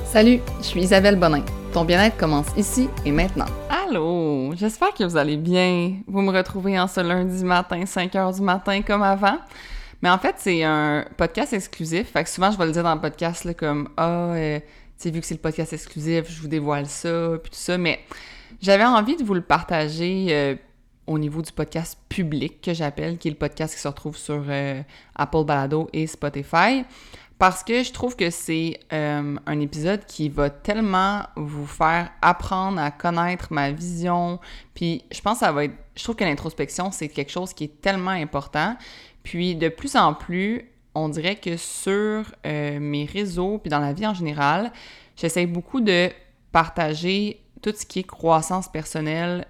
Salut, je suis Isabelle Bonin. Ton bien-être commence ici et maintenant. Allô, j'espère que vous allez bien. Vous me retrouvez en ce lundi matin, 5h du matin comme avant. Mais en fait, c'est un podcast exclusif. Fait que souvent, je vais le dire dans le podcast, là, comme « tu sais, vu que c'est le podcast exclusif, je vous dévoile ça, puis tout ça. » Mais j'avais envie de vous le partager au niveau du podcast public que j'appelle, qui est le podcast qui se retrouve sur Apple Balado et Spotify. Parce que je trouve que c'est un épisode qui va tellement vous faire apprendre à connaître ma vision. Puis je pense que ça va être... Je trouve que l'introspection, c'est quelque chose qui est tellement important. Puis de plus en plus, on dirait que sur mes réseaux, puis dans la vie en général, j'essaie beaucoup de partager tout ce qui est croissance personnelle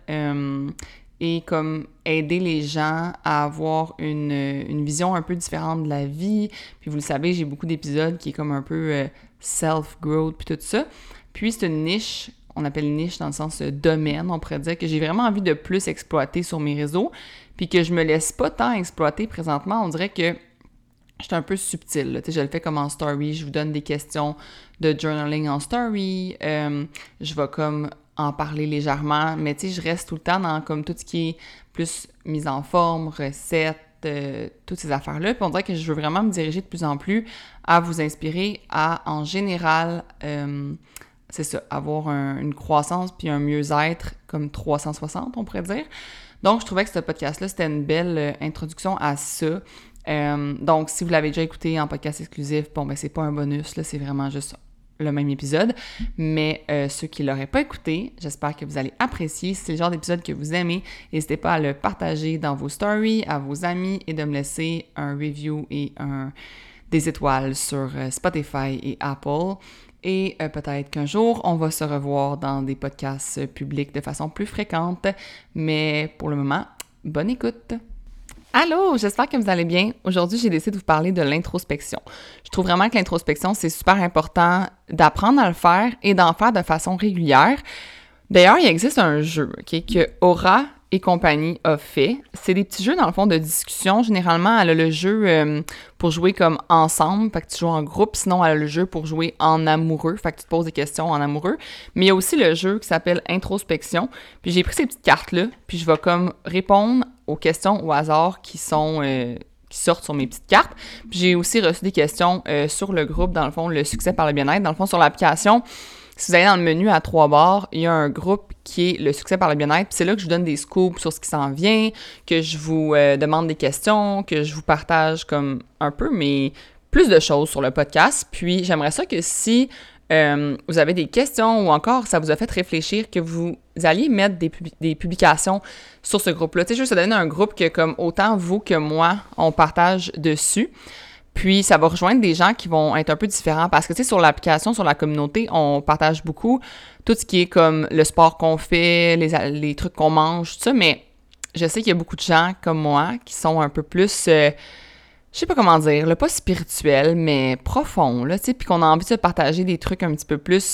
et comme aider les gens à avoir une vision un peu différente de la vie. Puis vous le savez, j'ai beaucoup d'épisodes qui est comme un peu self-growth puis tout ça. Puis c'est une niche, on appelle niche dans le sens domaine, on pourrait dire, que j'ai vraiment envie de plus exploiter sur mes réseaux, puis que je me laisse pas tant exploiter présentement. On dirait que je suis un peu subtile, là. Tu sais, je le fais comme en story, je vous donne des questions de journaling en story, je vais comme en parler légèrement, mais tu sais, je reste tout le temps dans comme tout ce qui est plus mise en forme, recettes, toutes ces affaires-là. Puis on dirait que je veux vraiment me diriger de plus en plus à vous inspirer à, en général, c'est ça, avoir une croissance puis un mieux-être comme 360, on pourrait dire. Donc, je trouvais que ce podcast-là, c'était une belle introduction à ça. Donc, si vous l'avez déjà écouté en podcast exclusif, bon, ben c'est pas un bonus, là, c'est vraiment juste le même épisode, mais ceux qui l'auraient pas écouté, j'espère que vous allez apprécier. Si c'est le genre d'épisode que vous aimez, n'hésitez pas à le partager dans vos stories, à vos amis et de me laisser un review et des étoiles sur Spotify et Apple. Et peut-être qu'un jour, on va se revoir dans des podcasts publics de façon plus fréquente, mais pour le moment, bonne écoute! Allô, j'espère que vous allez bien. Aujourd'hui, j'ai décidé de vous parler de l'introspection. Je trouve vraiment que l'introspection, c'est super important d'apprendre à le faire et d'en faire de façon régulière. D'ailleurs, il existe un jeu, OK, que Aura et compagnie a fait. C'est des petits jeux, dans le fond, de discussion. Généralement, elle a le jeu pour jouer comme ensemble, fait que tu joues en groupe. Sinon, elle a le jeu pour jouer en amoureux, fait que tu te poses des questions en amoureux. Mais il y a aussi le jeu qui s'appelle Introspection. Puis j'ai pris ces petites cartes-là, puis je vais comme répondre aux questions au hasard qui sortent sur mes petites cartes. Puis j'ai aussi reçu des questions sur le groupe, dans le fond, le succès par le bien-être. Dans le fond, sur l'application, si vous allez dans le menu à 3 barres, il y a un groupe qui est le succès par le bien-être. Puis c'est là que je vous donne des scoops sur ce qui s'en vient, que je vous demande des questions, que je vous partage comme un peu, mais plus de choses sur le podcast. Puis j'aimerais ça que si vous avez des questions ou encore ça vous a fait réfléchir, que vous alliez mettre des publications sur ce groupe-là. Tu sais, juste ça donne un groupe que comme autant vous que moi, on partage dessus. Puis, ça va rejoindre des gens qui vont être un peu différents parce que, tu sais, sur l'application, sur la communauté, on partage beaucoup tout ce qui est comme le sport qu'on fait, les trucs qu'on mange, tout ça, mais je sais qu'il y a beaucoup de gens comme moi qui sont un peu plus, je sais pas comment dire, là, pas spirituel, mais profond, là, tu sais, puis qu'on a envie de se partager des trucs un petit peu plus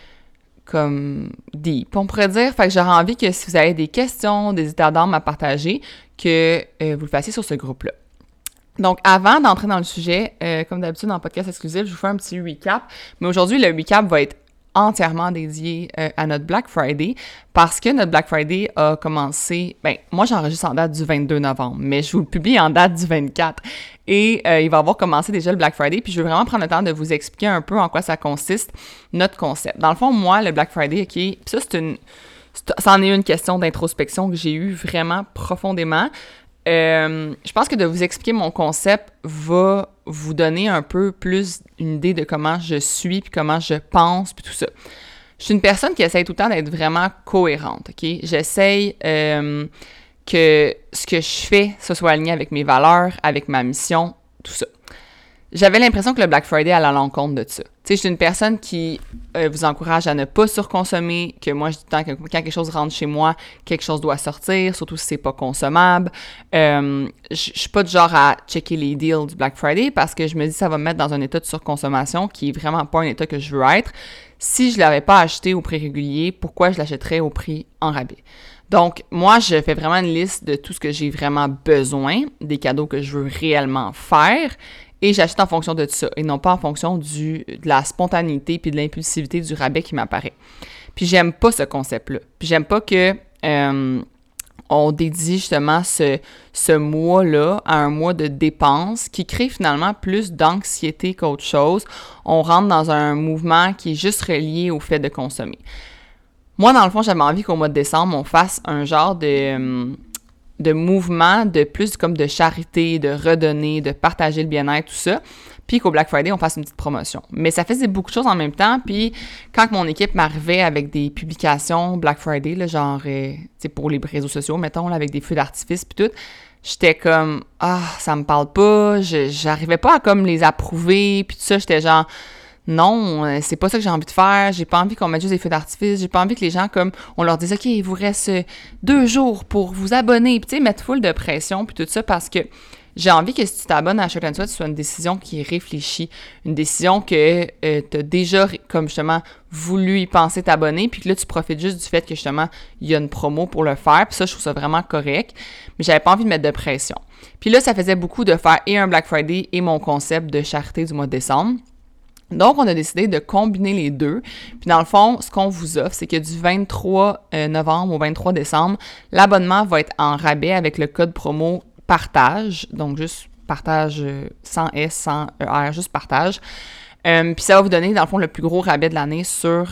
comme deep, on pourrait dire. Fait que j'aurais envie que si vous avez des questions, des états d'âme à partager, que vous le fassiez sur ce groupe-là. Donc, avant d'entrer dans le sujet, comme d'habitude dans podcast exclusif, je vous fais un petit recap. Mais aujourd'hui, le recap va être entièrement dédié à notre Black Friday parce que notre Black Friday a commencé... moi, j'enregistre en date du 22 novembre, mais je vous le publie en date du 24. Et il va avoir commencé déjà le Black Friday. Puis, je veux vraiment prendre le temps de vous expliquer un peu en quoi ça consiste, notre concept. Dans le fond, moi, le Black Friday, OK, puis ça, ça en est une question d'introspection que j'ai eue vraiment profondément. Je pense que de vous expliquer mon concept va vous donner un peu plus une idée de comment je suis, puis comment je pense, puis tout ça. Je suis une personne qui essaye tout le temps d'être vraiment cohérente, OK? J'essaye que ce que je fais, ça soit aligné avec mes valeurs, avec ma mission, tout ça. J'avais l'impression que le Black Friday allait à l'encontre de ça. Tu sais, je suis une personne qui vous encourage à ne pas surconsommer, que moi, je dis tout le temps que quand quelque chose rentre chez moi, quelque chose doit sortir, surtout si c'est pas consommable. Je suis pas du genre à checker les deals du Black Friday parce que je me dis que ça va me mettre dans un état de surconsommation qui est vraiment pas un état que je veux être. Si je l'avais pas acheté au prix régulier, pourquoi je l'achèterais au prix en rabais? Donc, moi, je fais vraiment une liste de tout ce que j'ai vraiment besoin, des cadeaux que je veux réellement faire, et j'achète en fonction de ça et non pas en fonction de la spontanéité puis de l'impulsivité du rabais qui m'apparaît. Puis j'aime pas ce concept-là. Puis j'aime pas que on dédie justement ce mois-là à un mois de dépenses qui crée finalement plus d'anxiété qu'autre chose. On rentre dans un mouvement qui est juste relié au fait de consommer. Moi, dans le fond, j'avais envie qu'au mois de décembre, on fasse un genre de mouvement de plus comme de charité, de redonner, de partager le bien-être, tout ça. Puis qu'au Black Friday, on fasse une petite promotion. Mais ça faisait beaucoup de choses en même temps. Puis quand mon équipe m'arrivait avec des publications Black Friday, là, genre, tu sais, pour les réseaux sociaux, mettons, là, avec des feux d'artifice puis tout, j'étais comme, ça me parle pas, j'arrivais pas à comme les approuver, puis tout ça, j'étais genre, non, c'est pas ça que j'ai envie de faire, j'ai pas envie qu'on mette juste des feux d'artifice, j'ai pas envie que les gens, comme, on leur dise, OK, il vous reste 2 jours pour vous abonner, puis tu sais, mettre full de pression, puis tout ça, parce que j'ai envie que si tu t'abonnes à Shirt & Sweat, ce soit une décision qui est réfléchie, une décision que tu as déjà, comme justement, voulu y penser t'abonner, puis que là, tu profites juste du fait que justement, il y a une promo pour le faire, puis ça, je trouve ça vraiment correct, mais j'avais pas envie de mettre de pression. Puis là, ça faisait beaucoup de faire et un Black Friday et mon concept de charité du mois de décembre. Donc, on a décidé de combiner les deux. Puis dans le fond, ce qu'on vous offre, c'est que du 23 novembre au 23 décembre, l'abonnement va être en rabais avec le code promo partage, donc juste partage sans S, sans ER, juste partage. Puis ça va vous donner, dans le fond, le plus gros rabais de l'année sur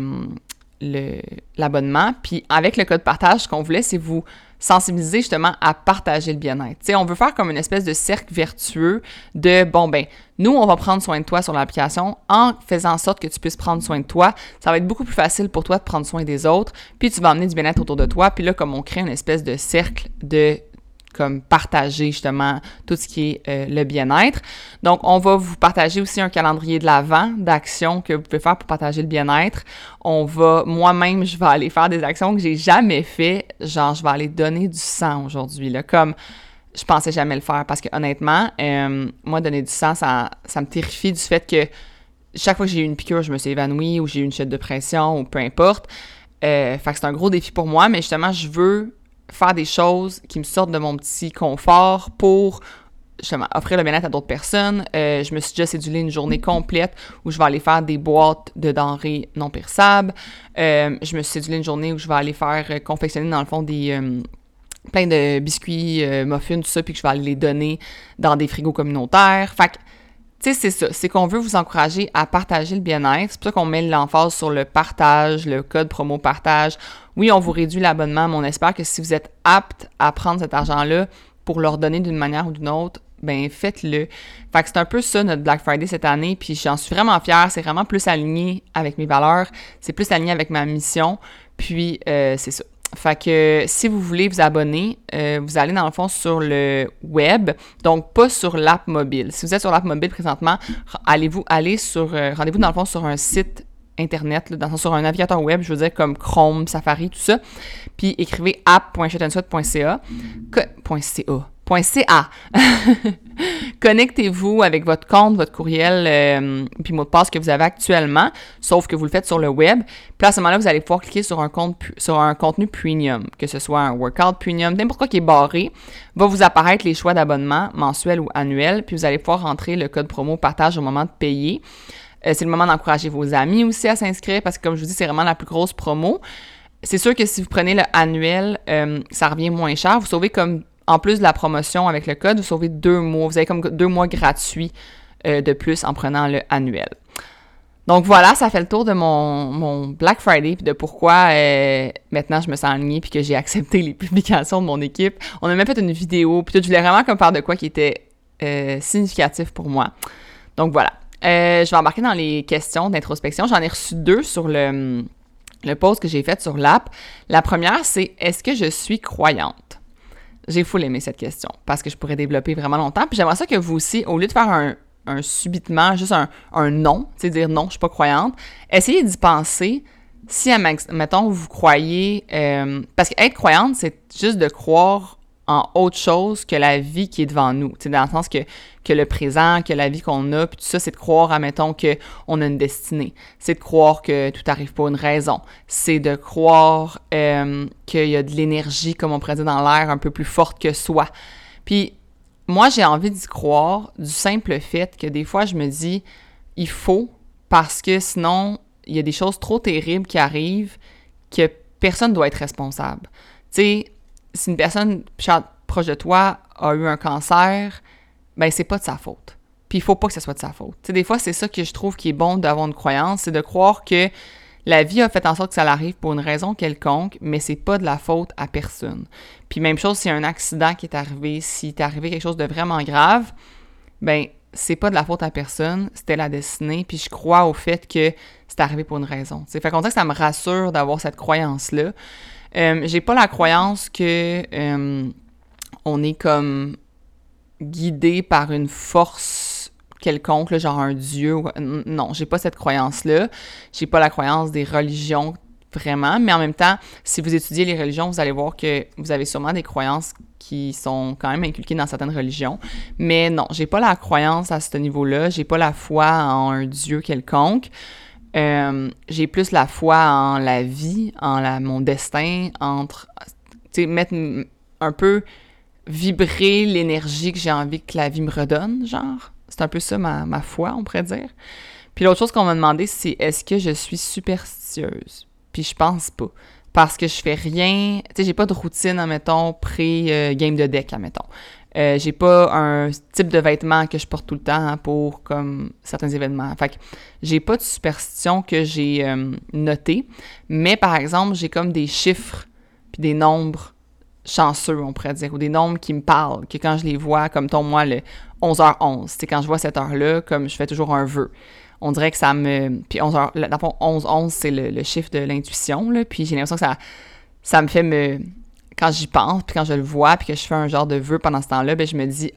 l'abonnement. Puis avec le code partage, ce qu'on voulait, c'est vous sensibiliser justement à partager le bien-être. Tu sais, on veut faire comme une espèce de cercle vertueux de, bon, ben, nous, on va prendre soin de toi sur l'application en faisant en sorte que tu puisses prendre soin de toi. Ça va être beaucoup plus facile pour toi de prendre soin des autres, puis tu vas emmener du bien-être autour de toi. Puis là, comme on crée une espèce de cercle de comme partager justement tout ce qui est le bien-être. Donc, on va vous partager aussi un calendrier de l'Avent d'actions que vous pouvez faire pour partager le bien-être. Moi-même, je vais aller faire des actions que j'ai jamais fait. Genre, je vais aller donner du sang aujourd'hui, là, comme je pensais jamais le faire parce que honnêtement, moi, donner du sang, ça me terrifie du fait que chaque fois que j'ai eu une piqûre, je me suis évanouie ou j'ai eu une chute de pression ou peu importe. Fait que c'est un gros défi pour moi, mais justement, je veux faire des choses qui me sortent de mon petit confort pour justement offrir le bien-être à d'autres personnes. Je me suis déjà cédulé une journée complète où je vais aller faire des boîtes de denrées non périssables. Je me suis cédulé une journée où je vais aller faire confectionner dans le fond des plein de biscuits, muffins, tout ça, puis que je vais aller les donner dans des frigos communautaires. Fait que, tu sais, c'est ça. C'est qu'on veut vous encourager à partager le bien-être. C'est pour ça qu'on met l'emphase sur le partage, le code promo partage. Oui, on vous réduit l'abonnement, mais on espère que si vous êtes apte à prendre cet argent-là pour leur donner d'une manière ou d'une autre, ben faites-le. Fait que c'est un peu ça notre Black Friday cette année, puis j'en suis vraiment fière. C'est vraiment plus aligné avec mes valeurs, c'est plus aligné avec ma mission, puis c'est ça. Fait que si vous voulez vous abonner, vous allez dans le fond sur le web, donc pas sur l'app mobile. Si vous êtes sur l'app mobile présentement, rendez-vous dans le fond sur un site Internet, là, sur un navigateur web, je veux dire comme Chrome, Safari, tout ça, puis écrivez app.shirtandsweat.ca. Connectez-vous avec votre compte, votre courriel, puis mot de passe que vous avez actuellement, sauf que vous le faites sur le web. Puis à ce moment-là, vous allez pouvoir cliquer sur un contenu premium, que ce soit un workout premium, n'importe quoi qui est barré, va vous apparaître les choix d'abonnement mensuel ou annuel, puis vous allez pouvoir rentrer le code promo partage au moment de payer. C'est le moment d'encourager vos amis aussi à s'inscrire parce que, comme je vous dis, c'est vraiment la plus grosse promo. C'est sûr que si vous prenez le annuel, ça revient moins cher. Vous sauvez comme, en plus de la promotion avec le code, vous sauvez 2 mois. Vous avez comme 2 mois gratuits de plus en prenant le annuel. Donc voilà, ça fait le tour de mon Black Friday puis de pourquoi maintenant je me sens alignée puis que j'ai accepté les publications de mon équipe. On a même fait une vidéo puis tout, je voulais vraiment comme faire de quoi qui était significatif pour moi. Donc voilà. Je vais embarquer dans les questions d'introspection. J'en ai reçu 2 sur le post que j'ai fait sur l'app. La première, c'est « Est-ce que je suis croyante? » J'ai full aimé cette question parce que je pourrais développer vraiment longtemps. Puis j'aimerais ça que vous aussi, au lieu de faire un subitement, juste un non, tu sais, dire « Non, je suis pas croyante », essayez d'y penser si, mettons, vous croyez... parce qu'être croyante, c'est juste de croire en autre chose que la vie qui est devant nous. Tu sais, dans le sens que le présent, que la vie qu'on a, puis tout ça, c'est de croire, admettons, qu'on a une destinée. C'est de croire que tout arrive pour une raison. C'est de croire qu'il y a de l'énergie, comme on pourrait dire, dans l'air, un peu plus forte que soi. Puis, moi, j'ai envie d'y croire du simple fait que des fois, je me dis, il faut, parce que sinon, il y a des choses trop terribles qui arrivent que personne ne doit être responsable. Tu sais, si une personne proche de toi a eu un cancer, ben c'est pas de sa faute. Puis il faut pas que ce soit de sa faute. Tu sais, des fois, c'est ça que je trouve qui est bon d'avoir une croyance, c'est de croire que la vie a fait en sorte que ça arrive pour une raison quelconque, mais c'est pas de la faute à personne. Puis même chose, s'il y a un accident qui est arrivé, si t'est arrivé quelque chose de vraiment grave, ben c'est pas de la faute à personne, c'était la destinée, puis je crois au fait que c'est arrivé pour une raison. T'sais. Fait qu'on dirait que ça me rassure d'avoir cette croyance-là. J'ai pas la croyance que on est comme guidé par une force quelconque, là, genre un dieu. Non, j'ai pas cette croyance-là. J'ai pas la croyance des religions vraiment, mais en même temps, si vous étudiez les religions, vous allez voir que vous avez sûrement des croyances qui sont quand même inculquées dans certaines religions. Mais non, j'ai pas la croyance à ce niveau-là. J'ai pas la foi en un dieu quelconque. J'ai plus la foi en la vie, mon destin, tu sais, mettre un peu vibrer l'énergie que j'ai envie que la vie me redonne, genre. C'est un peu ça ma foi, on pourrait dire. Puis l'autre chose qu'on m'a demandé, c'est est-ce que je suis superstitieuse? Puis je pense pas. Parce que je fais rien... Tu sais, j'ai pas de routine, admettons, pré-game de deck, admettons. J'ai pas un type de vêtements que je porte tout le temps pour, comme, certains événements. Fait que j'ai pas de superstition que j'ai noté. Mais, par exemple, j'ai comme des chiffres puis des nombres chanceux, on pourrait dire, ou des nombres qui me parlent, que quand je les vois, comme moi, le 11h11, tu sais, quand je vois cette heure-là, comme je fais toujours un vœu. On dirait que ça me... Puis 11h... Dans le fond, 11-11, c'est le chiffre de l'intuition, là. Puis j'ai l'impression que ça me fait me... Quand j'y pense, puis quand je le vois, puis que je fais un genre de vœu pendant ce temps-là, ben je me dis,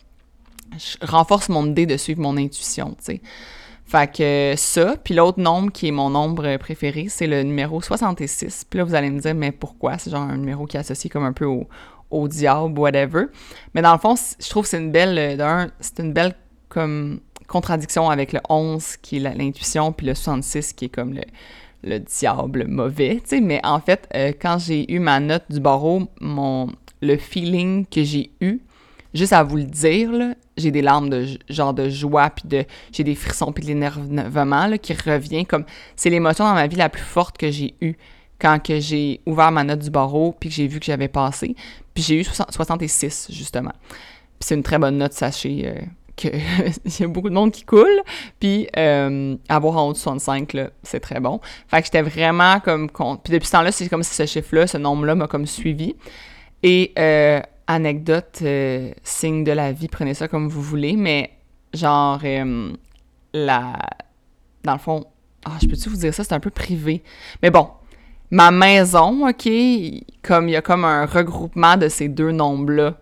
je renforce mon idée de suivre mon intuition, tu sais. Fait que ça, puis l'autre nombre qui est mon nombre préféré, c'est le numéro 66. Puis là, vous allez me dire, mais pourquoi? C'est genre un numéro qui est associé comme un peu au diable, whatever. Mais dans le fond, je trouve que c'est une belle comme contradiction avec le 11 qui est l'intuition, puis le 66 qui est comme le diable mauvais, tu sais. Mais en fait, quand j'ai eu ma note du barreau, le feeling que j'ai eu, juste à vous le dire, là, j'ai des larmes de joie, puis j'ai des frissons, puis de l'énervement là, qui revient comme... C'est l'émotion dans ma vie la plus forte que j'ai eue quand que j'ai ouvert ma note du barreau, puis que j'ai vu que j'avais passé. Puis j'ai eu 66, justement. Puis c'est une très bonne note, sachez qu'il y a beaucoup de monde qui coule, puis avoir en haut de 65, là, c'est très bon. Fait que j'étais vraiment comme... Puis depuis ce temps-là, c'est comme si ce chiffre-là, ce nombre-là m'a comme suivi. Et... anecdote, signe de la vie, prenez ça comme vous voulez, mais genre, dans le fond, je peux-tu vous dire ça? C'est un peu privé. Mais bon, ma maison, OK, comme il y a comme un regroupement de ces deux nombres-là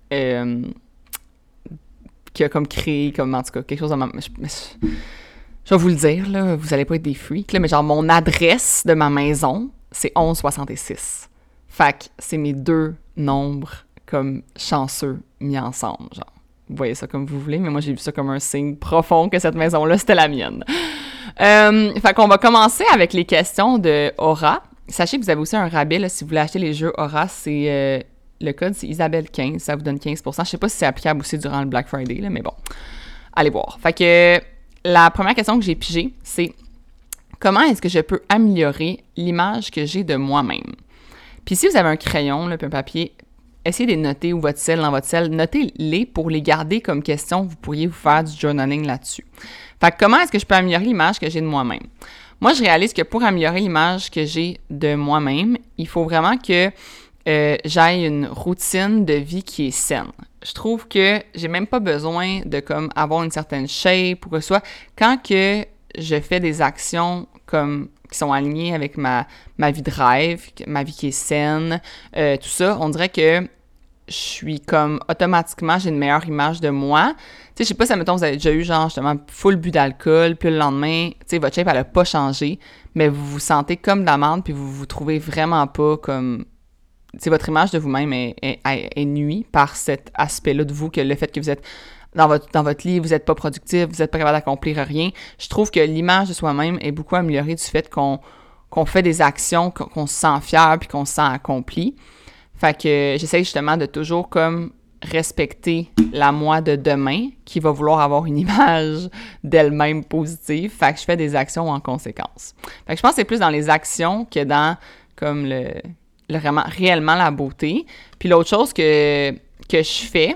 qui a comme créé, comme en tout cas, quelque chose de je vais vous le dire, là, vous allez pas être des freaks, là, mais genre, mon adresse de ma maison, c'est 1166. Fait que c'est mes deux nombres comme chanceux mis ensemble, genre. Vous voyez ça comme vous voulez, mais moi, j'ai vu ça comme un signe profond que cette maison-là, c'était la mienne. Fait qu'on va commencer avec les questions de Aura. Sachez que vous avez aussi un rabais, là, si vous voulez acheter les jeux Aura, c'est... le code, c'est Isabelle15, ça vous donne 15%. Je sais pas si c'est applicable aussi durant le Black Friday, là, mais bon. Allez voir. Fait que la première question que j'ai pigée, c'est comment est-ce que je peux améliorer l'image que j'ai de moi-même? Puis si vous avez un crayon, là, puis un papier, essayez de les noter ou dans votre cell, notez-les pour les garder comme question. Vous pourriez vous faire du journaling là-dessus. Fait que comment est-ce que je peux améliorer l'image que j'ai de moi-même? Moi, je réalise que pour améliorer l'image que j'ai de moi-même, il faut vraiment que j'aille une routine de vie qui est saine. Je trouve que j'ai même pas besoin de comme avoir une certaine shape ou quoi que ce soit. Quand que je fais des actions comme qui sont alignées avec ma vie de rêve, ma vie qui est saine, tout ça, on dirait que je suis comme automatiquement, j'ai une meilleure image de moi. Tu sais, je sais pas si, admettons, vous avez déjà eu genre justement full bu d'alcool, puis le lendemain, tu sais, votre shape, elle a pas changé, mais vous vous sentez comme de la merde, puis vous vous trouvez vraiment pas comme... Tu sais, votre image de vous-même est nuit par cet aspect-là de vous, que le fait que vous êtes dans votre lit, vous n'êtes pas productif, vous n'êtes pas capable d'accomplir rien. Je trouve que l'image de soi-même est beaucoup améliorée du fait qu'on fait des actions, qu'on se sent fier puis qu'on se sent accompli. Fait que j'essaie justement de toujours comme respecter la moi de demain qui va vouloir avoir une image d'elle-même positive. Fait que je fais des actions en conséquence. Fait que je pense que c'est plus dans les actions que dans comme vraiment, réellement la beauté. Puis l'autre chose que je fais,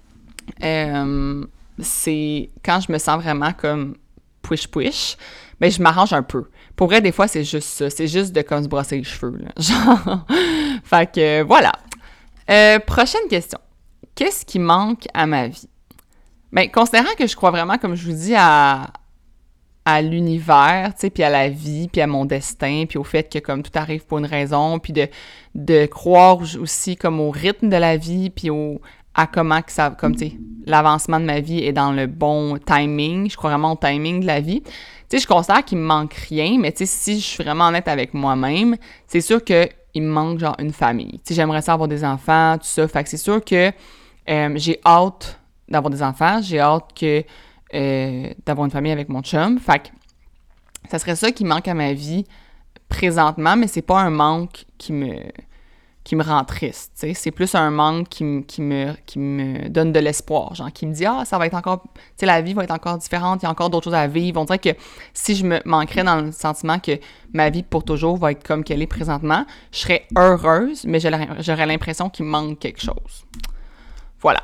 c'est quand je me sens vraiment comme push, ben je m'arrange un peu. Pour vrai, des fois, c'est juste ça. C'est juste de comme se brosser les cheveux, là. Genre, fait que voilà. Prochaine question. Qu'est-ce qui manque à ma vie? Bien, considérant que je crois vraiment, comme je vous dis, à l'univers, tu sais, puis à la vie, puis à mon destin, puis au fait que comme tout arrive pour une raison, puis de croire aussi comme au rythme de la vie, puis à comment que ça, comme tu sais, l'avancement de ma vie est dans le bon timing. Je crois vraiment au timing de la vie. Tu sais, je considère qu'il me manque rien, mais tu sais, si je suis vraiment honnête avec moi-même, c'est sûr que il me manque genre une famille. Tu sais, j'aimerais ça avoir des enfants, tout ça. Fait que c'est sûr que j'ai hâte d'avoir des enfants, j'ai hâte d'avoir une famille avec mon chum. Fait que ça serait ça qui manque à ma vie présentement, mais c'est pas un manque qui me rend triste, tu sais. C'est plus un manque qui me donne de l'espoir, genre qui me dit « Ah, ça va être encore... Tu sais, la vie va être encore différente, il y a encore d'autres choses à vivre. » On dirait que si je me manquerais dans le sentiment que ma vie pour toujours va être comme qu'elle est présentement, je serais heureuse, mais j'aurais l'impression qu'il me manque quelque chose. Voilà.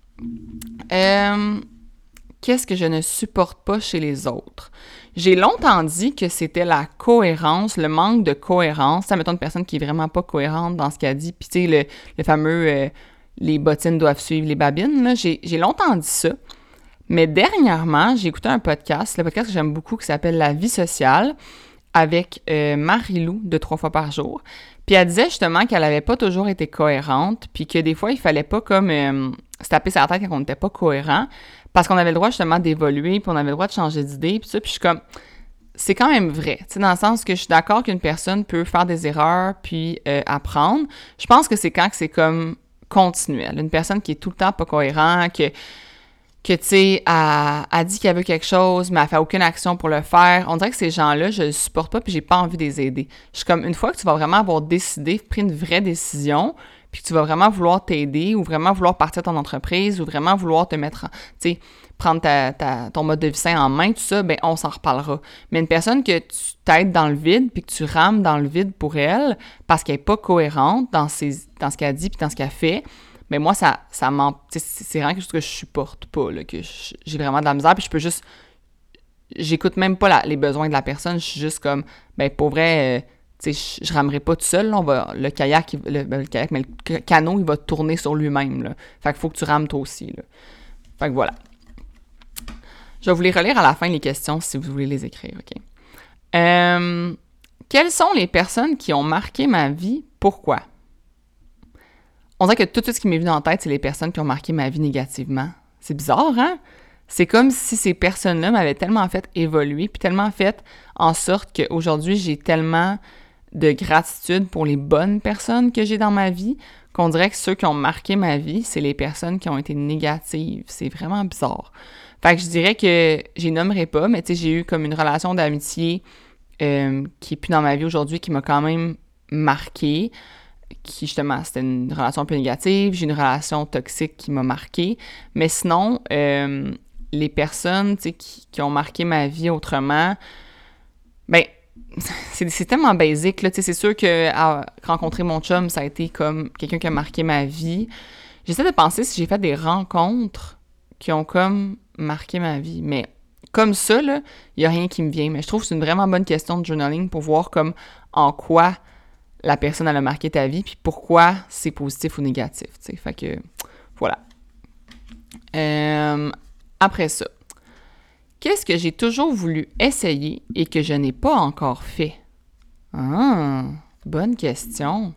Qu'est-ce que je ne supporte pas chez les autres? J'ai longtemps dit que c'était la cohérence, le manque de cohérence. Ça, mettons une personne qui est vraiment pas cohérente dans ce qu'elle dit. Puis, tu sais, le fameux les bottines doivent suivre les babines, là. J'ai longtemps dit ça. Mais dernièrement, j'ai écouté un podcast, le podcast que j'aime beaucoup, qui s'appelle La vie sociale, avec Marie-Lou de 3 fois par jour. Puis, elle disait justement qu'elle avait pas toujours été cohérente, puis que des fois, il fallait pas comme se taper sur la tête quand on n'était pas cohérent, parce qu'on avait le droit justement d'évoluer, puis on avait le droit de changer d'idée, puis ça, puis je suis comme... C'est quand même vrai, tu sais, dans le sens que je suis d'accord qu'une personne peut faire des erreurs, puis apprendre. Je pense que c'est quand que c'est comme continuel. Une personne qui est tout le temps pas cohérent, que tu sais, a dit qu'elle veut quelque chose, mais elle fait aucune action pour le faire. On dirait que ces gens-là, je les supporte pas, puis j'ai pas envie de les aider. Je suis comme, une fois que tu vas vraiment avoir décidé, pris une vraie décision, puis que tu vas vraiment vouloir t'aider, ou vraiment vouloir partir ton entreprise, ou vraiment vouloir te mettre, tu sais, prendre ton mode de vie sain en main, tout ça, ben on s'en reparlera. Mais une personne que tu t'aides dans le vide, puis que tu rames dans le vide pour elle, parce qu'elle est pas cohérente dans ce qu'elle dit, puis dans ce qu'elle fait, mais moi, ça c'est vraiment quelque chose que je supporte pas, là, que j'ai vraiment de la misère, puis je peux juste... J'écoute même pas les besoins de la personne, je suis juste comme, ben pour vrai, tu sais, je ramerai pas tout seul, là, le kayak, mais le canot, il va tourner sur lui-même, là. Fait qu'il faut que tu rames toi aussi, là. Fait que voilà. Je vais vous les relire à la fin, les questions, si vous voulez les écrire, OK? Quelles sont les personnes qui ont marqué ma vie? Pourquoi? On dirait que tout ce qui m'est venu en tête, c'est les personnes qui ont marqué ma vie négativement. C'est bizarre, hein? C'est comme si ces personnes-là m'avaient tellement fait évoluer, puis tellement fait en sorte qu'aujourd'hui, j'ai tellement de gratitude pour les bonnes personnes que j'ai dans ma vie, qu'on dirait que ceux qui ont marqué ma vie, c'est les personnes qui ont été négatives. C'est vraiment bizarre. Fait que je dirais que je les nommerai pas, mais tu sais, j'ai eu comme une relation d'amitié qui est plus dans ma vie aujourd'hui, qui m'a quand même marquée, qui justement, c'était une relation un peu négative. J'ai une relation toxique qui m'a marquée. Mais sinon, les personnes, tu sais, qui ont marqué ma vie autrement, ben, c'est tellement basique, là. Tu sais, c'est sûr que rencontrer mon chum, ça a été comme quelqu'un qui a marqué ma vie. J'essaie de penser si j'ai fait des rencontres qui ont comme marqué ma vie. Mais comme ça, là, il n'y a rien qui me vient. Mais je trouve que c'est une vraiment bonne question de journaling pour voir comme en quoi la personne, elle a marqué ta vie, puis pourquoi c'est positif ou négatif, tu sais. Fait que, voilà. Après ça, qu'est-ce que j'ai toujours voulu essayer et que je n'ai pas encore fait? Ah, bonne question.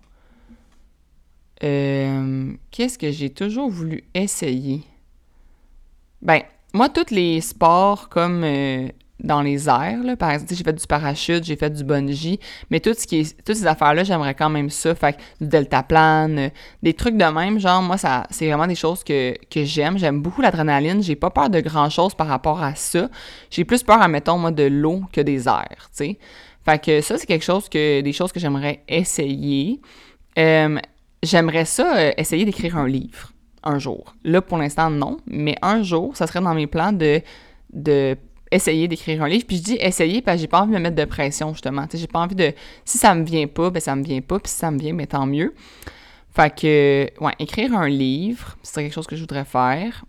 Qu'est-ce que j'ai toujours voulu essayer? Ben, moi, tous les sports comme dans les airs, là, par exemple, j'ai fait du parachute, j'ai fait du bungee, mais toutes ces affaires-là, j'aimerais quand même ça. Fait que du deltaplane, des trucs de même, genre, moi, c'est vraiment des choses que j'aime. J'aime beaucoup l'adrénaline. J'ai pas peur de grand-chose par rapport à ça. J'ai plus peur, admettons, moi, de l'eau que des airs, tu sais. Fait que ça, c'est des choses que j'aimerais essayer. J'aimerais ça, essayer d'écrire un livre. un jour. Là, pour l'instant, non, mais un jour, ça serait dans mes plans de essayer d'écrire un livre. Puis je dis essayer parce que j'ai pas envie de me mettre de pression, justement. Tu sais, j'ai pas envie de... Si ça me vient pas, ben ça me vient pas. Puis si ça me vient, ben tant mieux. Fait que, ouais, écrire un livre, c'est quelque chose que je voudrais faire.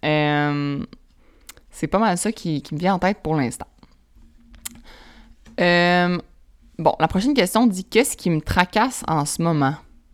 C'est pas mal ça qui me vient en tête pour l'instant. Bon, la prochaine question dit « Qu'est-ce qui me tracasse en ce moment? »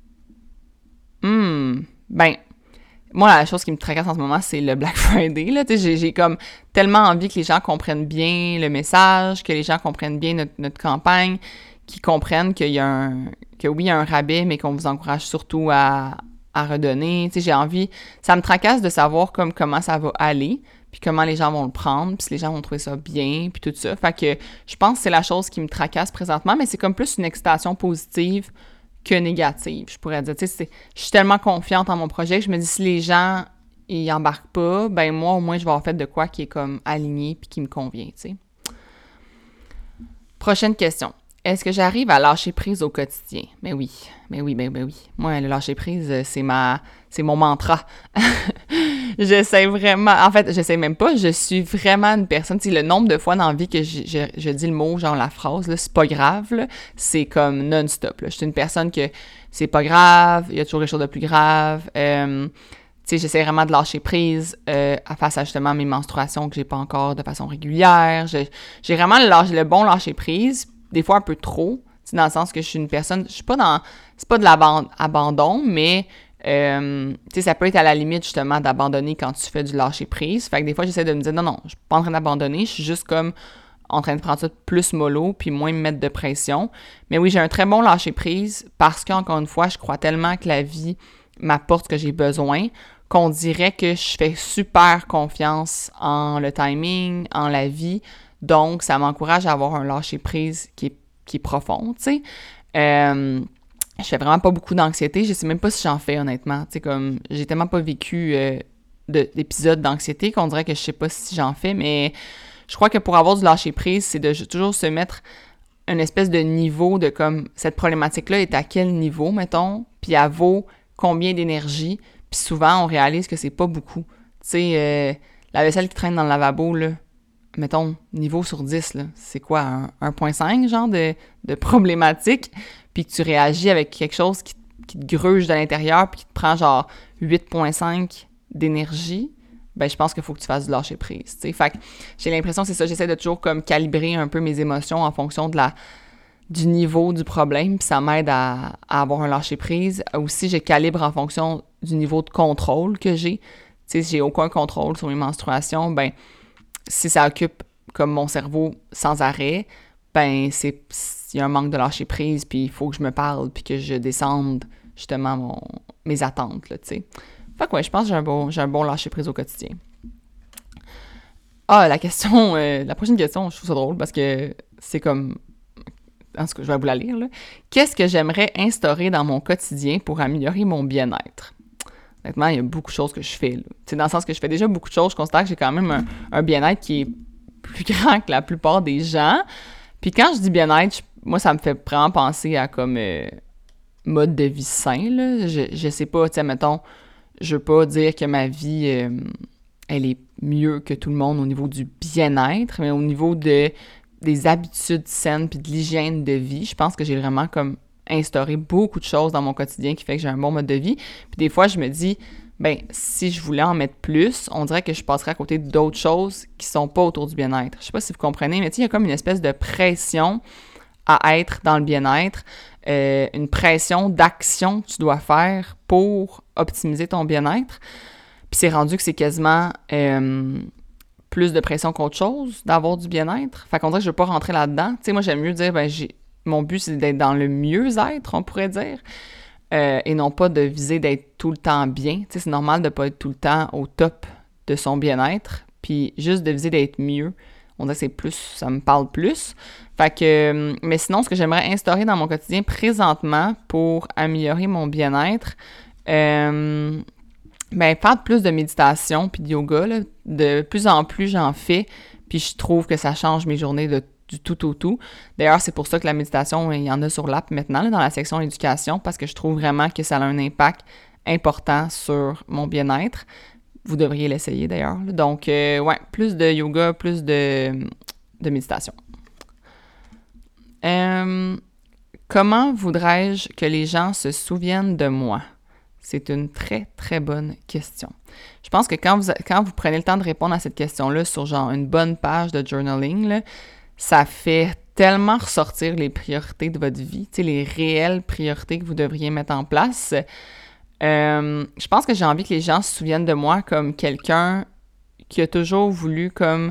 Ben, moi, la chose qui me tracasse en ce moment, c'est le Black Friday, là. Tu sais, j'ai comme tellement envie que les gens comprennent bien le message, que les gens comprennent bien notre campagne, qu'ils comprennent qu'il y a oui, il y a un rabais, mais qu'on vous encourage surtout à redonner. Tu sais, j'ai envie... Ça me tracasse de savoir comment ça va aller, puis comment les gens vont le prendre, puis si les gens vont trouver ça bien, puis tout ça. Fait que je pense que c'est la chose qui me tracasse présentement, mais c'est comme plus une excitation positive que négative, je pourrais dire. Tu sais, je suis tellement confiante en mon projet que je me dis, si les gens, ils embarquent pas, ben moi, au moins, je vais avoir fait de quoi qui est comme aligné puis qui me convient, tu sais. Prochaine question. Est-ce que j'arrive à lâcher prise au quotidien? Ben oui. Moi, le lâcher prise, c'est mon mantra. J'essaie vraiment... En fait, j'essaie même pas. Je suis vraiment une personne... Tu sais, le nombre de fois dans la vie que je dis le mot, genre la phrase, là, c'est pas grave, là, c'est comme non-stop, là. Je suis une personne que c'est pas grave, il y a toujours quelque chose de plus grave. Tu sais, j'essaie vraiment de lâcher prise face à justement mes menstruations que j'ai pas encore de façon régulière. J'ai vraiment le bon lâcher prise, des fois un peu trop, dans le sens que je suis une personne, je suis pas dans, c'est pas de l'abandon, mais tu sais, ça peut être à la limite justement d'abandonner quand tu fais du lâcher prise. Fait que des fois, j'essaie de me dire non, je suis pas en train d'abandonner, je suis juste comme en train de prendre ça plus mollo, puis moins me mettre de pression. Mais oui, j'ai un très bon lâcher prise parce qu'encore une fois, je crois tellement que la vie m'apporte ce que j'ai besoin qu'on dirait que je fais super confiance en le timing, en la vie. Donc, ça m'encourage à avoir un lâcher-prise qui est profond, tu sais. Je fais vraiment pas beaucoup d'anxiété. Je sais même pas si j'en fais, honnêtement. Tu sais, comme, j'ai tellement pas vécu d'épisodes d'anxiété qu'on dirait que je sais pas si j'en fais, mais je crois que pour avoir du lâcher-prise, c'est de toujours se mettre une espèce de niveau de comme, cette problématique-là est à quel niveau, mettons, puis elle vaut combien d'énergie, puis souvent, on réalise que c'est pas beaucoup. Tu sais, la vaisselle qui traîne dans le lavabo, là, mettons, niveau sur 10, là, c'est quoi, 1.5 genre de problématique, puis que tu réagis avec quelque chose qui te gruge de l'intérieur, puis qui te prend genre 8.5 d'énergie, ben je pense qu'il faut que tu fasses du lâcher-prise, tu sais. Fait que j'ai l'impression que c'est ça, j'essaie de toujours comme calibrer un peu mes émotions en fonction du niveau du problème, puis ça m'aide à avoir un lâcher-prise. Aussi, je calibre en fonction du niveau de contrôle que j'ai. Tu sais, si j'ai aucun contrôle sur mes menstruations, ben si ça occupe comme mon cerveau sans arrêt, ben il y a un manque de lâcher prise, puis il faut que je me parle, puis que je descende justement mes attentes, là, tu sais. Fait que ouais, je pense que j'ai un bon lâcher prise au quotidien. Ah, la prochaine question, je trouve ça drôle parce que c'est comme... En tout cas, je vais vous la lire, là. Qu'est-ce que j'aimerais instaurer dans mon quotidien pour améliorer mon bien-être? Honnêtement, il y a beaucoup de choses que je fais, là. Dans le sens que je fais déjà beaucoup de choses, je considère que j'ai quand même un bien-être qui est plus grand que la plupart des gens. Puis quand je dis bien-être, moi, ça me fait vraiment penser à comme mode de vie sain, là. Je sais pas, tu sais, mettons, je veux pas dire que ma vie, elle est mieux que tout le monde au niveau du bien-être, mais au niveau des habitudes saines puis de l'hygiène de vie, je pense que j'ai vraiment comme instauré beaucoup de choses dans mon quotidien qui fait que j'ai un bon mode de vie. Puis des fois, je me dis, ben si je voulais en mettre plus, on dirait que je passerais à côté d'autres choses qui sont pas autour du bien-être. Je sais pas si vous comprenez, mais tu sais, il y a comme une espèce de pression à être dans le bien-être, une pression d'action que tu dois faire pour optimiser ton bien-être. Puis c'est rendu que c'est quasiment plus de pression qu'autre chose d'avoir du bien-être. Fait qu'on dirait que je veux pas rentrer là-dedans. Tu sais, moi, j'aime mieux dire, ben mon but, c'est d'être dans le mieux-être, on pourrait dire, et non pas de viser d'être tout le temps bien. Tu sais, c'est normal de pas être tout le temps au top de son bien-être, puis juste de viser d'être mieux. On dirait que c'est plus, ça me parle plus. Fait que, mais sinon, ce que j'aimerais instaurer dans mon quotidien présentement pour améliorer mon bien-être, ben faire plus de méditation puis de yoga, là. De plus en plus, j'en fais, puis je trouve que ça change mes journées du tout au tout. D'ailleurs, c'est pour ça que la méditation, il y en a sur l'app maintenant, là, dans la section éducation, parce que je trouve vraiment que ça a un impact important sur mon bien-être. Vous devriez l'essayer d'ailleurs. Donc, ouais, plus de yoga, plus de méditation. Comment voudrais-je que les gens se souviennent de moi? C'est une très, très bonne question. Je pense que quand vous prenez le temps de répondre à cette question-là sur genre une bonne page de journaling, là, ça fait tellement ressortir les priorités de votre vie, tu sais, les réelles priorités que vous devriez mettre en place. Je pense que j'ai envie que les gens se souviennent de moi comme quelqu'un qui a toujours voulu comme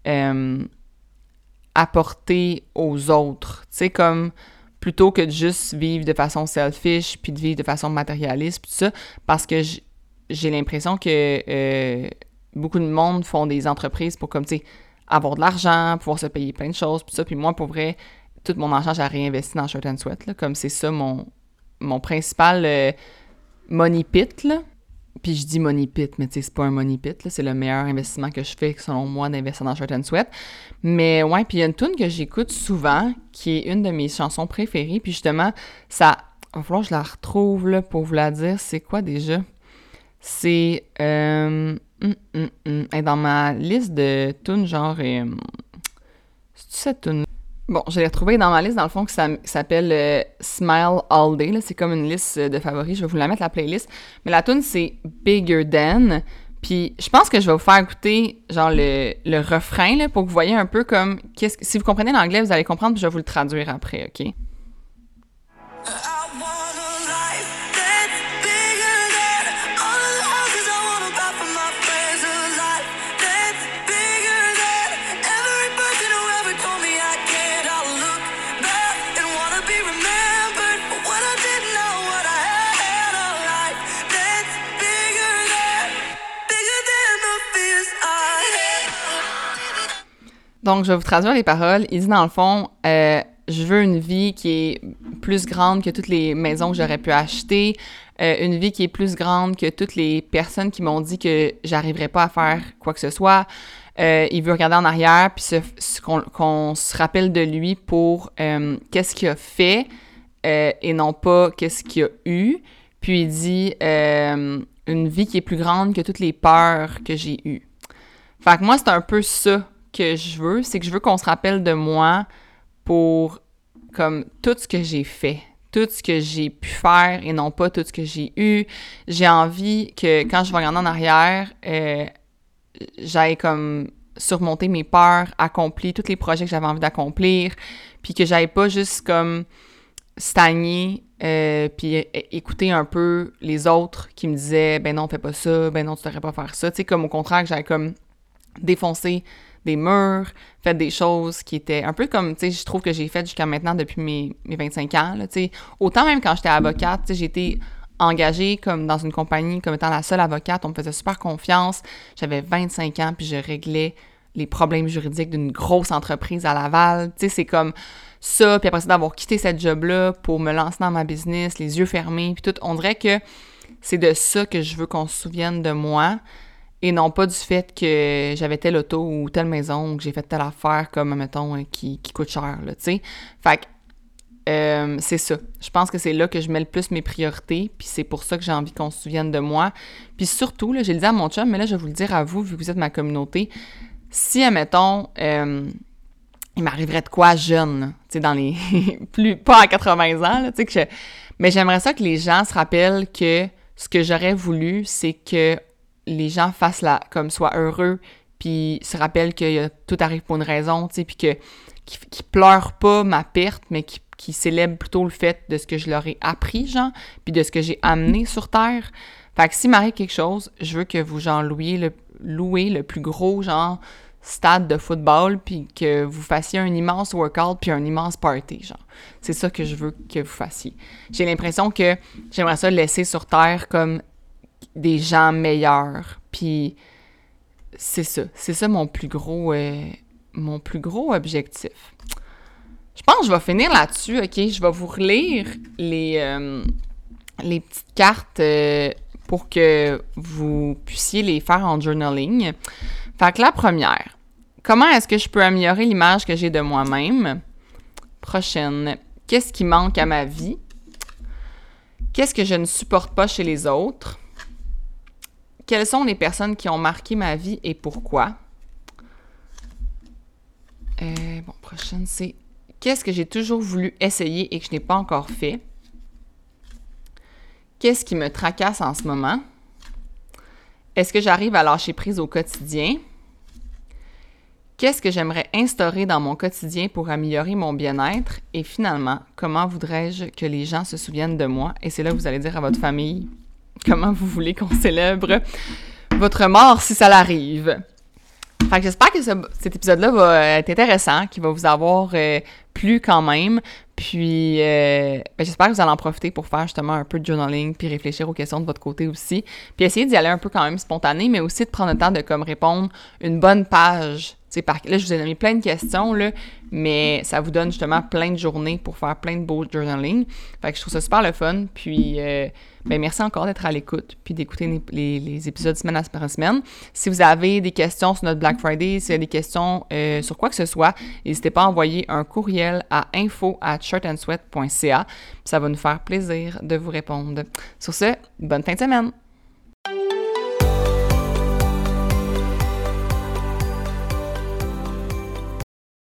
apporter aux autres, tu sais, comme plutôt que de juste vivre de façon selfish puis de vivre de façon matérialiste puis tout ça, parce que j'ai l'impression que beaucoup de monde font des entreprises pour comme, tu sais, avoir de l'argent, pouvoir se payer plein de choses puis ça, puis moi, pour vrai, tout mon argent, j'ai réinvesti dans Shirt and Sweat, là, comme c'est ça mon principal money pit, là. Puis je dis money pit, mais tu sais, c'est pas un money pit, là, c'est le meilleur investissement que je fais, selon moi, d'investir dans Shirt and Sweat. Mais ouais, puis il y a une tune que j'écoute souvent, qui est une de mes chansons préférées, puis justement, ça... Il va falloir que je la retrouve, là, pour vous la dire. C'est quoi, déjà? C'est... dans ma liste de tunes, genre... c'est-tu cette tune? Bon, je l'ai retrouvée dans ma liste, dans le fond, qui s'appelle Smile All Day. Là. C'est comme une liste de favoris. Je vais vous la mettre, la playlist. Mais la tune c'est Bigger Than. Puis je pense que je vais vous faire écouter genre le refrain là, pour que vous voyez un peu comme... Si vous comprenez l'anglais, vous allez comprendre, puis je vais vous le traduire après, OK? Donc, je vais vous traduire les paroles. Il dit, dans le fond, je veux une vie qui est plus grande que toutes les maisons que j'aurais pu acheter, une vie qui est plus grande que toutes les personnes qui m'ont dit que j'arriverais pas à faire quoi que ce soit. Il veut regarder en arrière, puis qu'on se rappelle de lui pour qu'est-ce qu'il a fait et non pas qu'est-ce qu'il a eu. Puis il dit une vie qui est plus grande que toutes les peurs que j'ai eues. Fait que moi, c'est un peu ça que je veux, c'est que je veux qu'on se rappelle de moi pour comme tout ce que j'ai fait, tout ce que j'ai pu faire et non pas tout ce que j'ai eu. J'ai envie que quand je vais regarder en arrière, j'aille comme surmonter mes peurs, accomplir tous les projets que j'avais envie d'accomplir, puis que j'aille pas juste comme stagner puis écouter un peu les autres qui me disaient « Ben non, fais pas ça, ben non, tu devrais pas faire ça », tu sais, comme au contraire que j'aille comme défoncer des murs, fait des choses qui étaient un peu comme, tu sais, je trouve que j'ai fait jusqu'à maintenant depuis mes 25 ans, là, tu sais. Autant même quand j'étais avocate, tu sais, j'ai été engagée comme dans une compagnie comme étant la seule avocate, on me faisait super confiance, j'avais 25 ans, puis je réglais les problèmes juridiques d'une grosse entreprise à Laval, tu sais, c'est comme ça, puis après ça, d'avoir quitté cette job-là pour me lancer dans ma business, les yeux fermés, puis tout, on dirait que c'est de ça que je veux qu'on se souvienne de moi, et non pas du fait que j'avais telle auto ou telle maison ou que j'ai fait telle affaire comme, mettons, qui coûte cher, là, tu sais. Fait que c'est ça. Je pense que c'est là que je mets le plus mes priorités, puis c'est pour ça que j'ai envie qu'on se souvienne de moi. Puis surtout, là, j'ai le dit à mon chum, mais là, je vais vous le dire à vous, vu que vous êtes ma communauté, si, admettons, il m'arriverait de quoi jeune, tu sais, dans les... pas à 80 ans, là, tu sais, mais j'aimerais ça que les gens se rappellent que ce que j'aurais voulu, c'est que les gens fassent comme soient heureux, puis se rappellent que tout arrive pour une raison, tu sais, puis qu'ils pleurent pas ma perte, mais qui célèbrent plutôt le fait de ce que je leur ai appris, genre, puis de ce que j'ai amené sur Terre. Fait que s'il m'arrive quelque chose, je veux que vous, genre, louez le plus gros, genre, stade de football, puis que vous fassiez un immense workout, puis un immense party, genre. C'est ça que je veux que vous fassiez. J'ai l'impression que j'aimerais ça laisser sur Terre comme des gens meilleurs, puis c'est ça mon plus gros objectif. Je pense que je vais finir là-dessus, OK? Je vais vous relire les petites cartes pour que vous puissiez les faire en journaling. Fait que la première, comment est-ce que je peux améliorer l'image que j'ai de moi-même? Prochaine, qu'est-ce qui manque à ma vie? Qu'est-ce que je ne supporte pas chez les autres? Quelles sont les personnes qui ont marqué ma vie et pourquoi? Prochaine, c'est qu'est-ce que j'ai toujours voulu essayer et que je n'ai pas encore fait? Qu'est-ce qui me tracasse en ce moment? Est-ce que j'arrive à lâcher prise au quotidien? Qu'est-ce que j'aimerais instaurer dans mon quotidien pour améliorer mon bien-être? Et finalement, comment voudrais-je que les gens se souviennent de moi? Et c'est là que vous allez dire à votre famille comment vous voulez qu'on célèbre votre mort si ça l'arrive. Fait que j'espère que cet épisode-là va être intéressant, qu'il va vous avoir plu quand même. Puis, j'espère que vous allez en profiter pour faire justement un peu de journaling puis réfléchir aux questions de votre côté aussi. Puis essayer d'y aller un peu quand même spontané, mais aussi de prendre le temps de comme répondre une bonne page. Là, je vous ai donné plein de questions, là, mais ça vous donne justement plein de journées pour faire plein de beaux journaling. Fait que je trouve ça super le fun. Puis, merci encore d'être à l'écoute puis d'écouter les épisodes semaine après semaine. Si vous avez des questions sur notre Black Friday, si vous avez des questions sur quoi que ce soit, n'hésitez pas à envoyer un courriel à info@shirtandsweat.ca. Ça va nous faire plaisir de vous répondre. Sur ce, bonne fin de semaine!